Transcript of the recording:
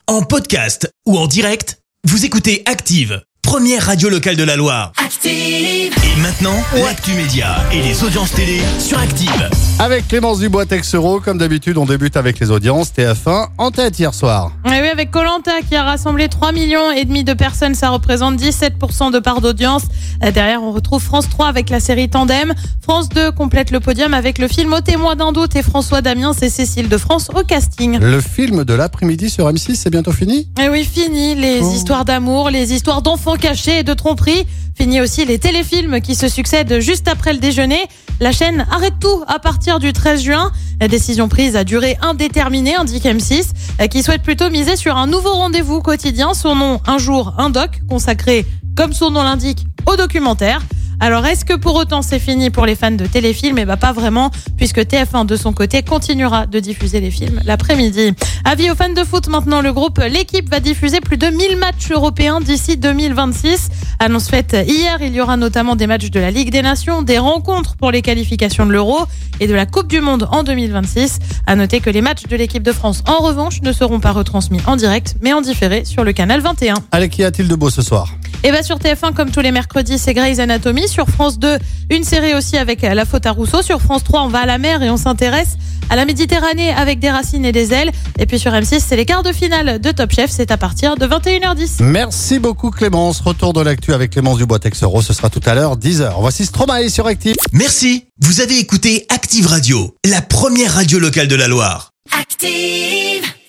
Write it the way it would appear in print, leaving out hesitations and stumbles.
En podcast ou en direct, vous écoutez Active, première radio locale de la Loire. Active! Et maintenant, l'actu média et les audiences télé sur Active. Avec Clémence Dubois Texero, comme d'habitude, on débute avec les audiences. TF1 en tête hier soir. Et oui, avec Koh-Lanta qui a rassemblé 3,5 millions de personnes, ça représente 17% de part d'audience. Derrière, on retrouve France 3 avec la série Tandem. France 2 complète le podium avec le film Au témoin d'un doute et François Damiens et Cécile de France au casting. Le film de l'après-midi sur M6, c'est bientôt fini ? Et oui, fini les histoires d'amour, les histoires d'enfants cachés et de tromperie. Fini aussi les téléfilms qui se succèdent juste après le déjeuner. La chaîne arrête tout à partir du 13 juin. La décision prise à durée indéterminée, indique M6, qui souhaite plutôt miser sur un nouveau rendez-vous quotidien. Son nom, Un jour, un doc, consacré, comme son nom l'indique, au documentaire. Alors, est-ce que pour autant c'est fini pour les fans de téléfilms ? Eh bien, pas vraiment, puisque TF1 de son côté continuera de diffuser les films l'après-midi. Avis aux fans de foot maintenant, le groupe L'équipe va diffuser plus de 1000 matchs européens d'ici 2026. Annonce faite hier, il y aura notamment des matchs de la Ligue des Nations, des rencontres pour les qualifications de l'Euro et de la Coupe du Monde en 2026. À noter que les matchs de l'équipe de France, en revanche, ne seront pas retransmis en direct, mais en différé sur le canal 21. Allez, qu'y a-t-il de beau ce soir ? Et bien sur TF1, comme tous les mercredis, c'est Grey's Anatomy. Sur France 2, une série aussi avec La faute à Rousseau. Sur France 3, on va à la mer et on s'intéresse à la Méditerranée avec des racines et des ailes. Et puis sur M6, c'est les quarts de finale de Top Chef. C'est à partir de 21h10. Merci beaucoup Clémence. Retour de l'actu avec Clémence Dubois Texero. Ce sera tout à l'heure, 10h. Voici Stromae sur Active. Merci, vous avez écouté Active Radio, la première radio locale de la Loire. Active!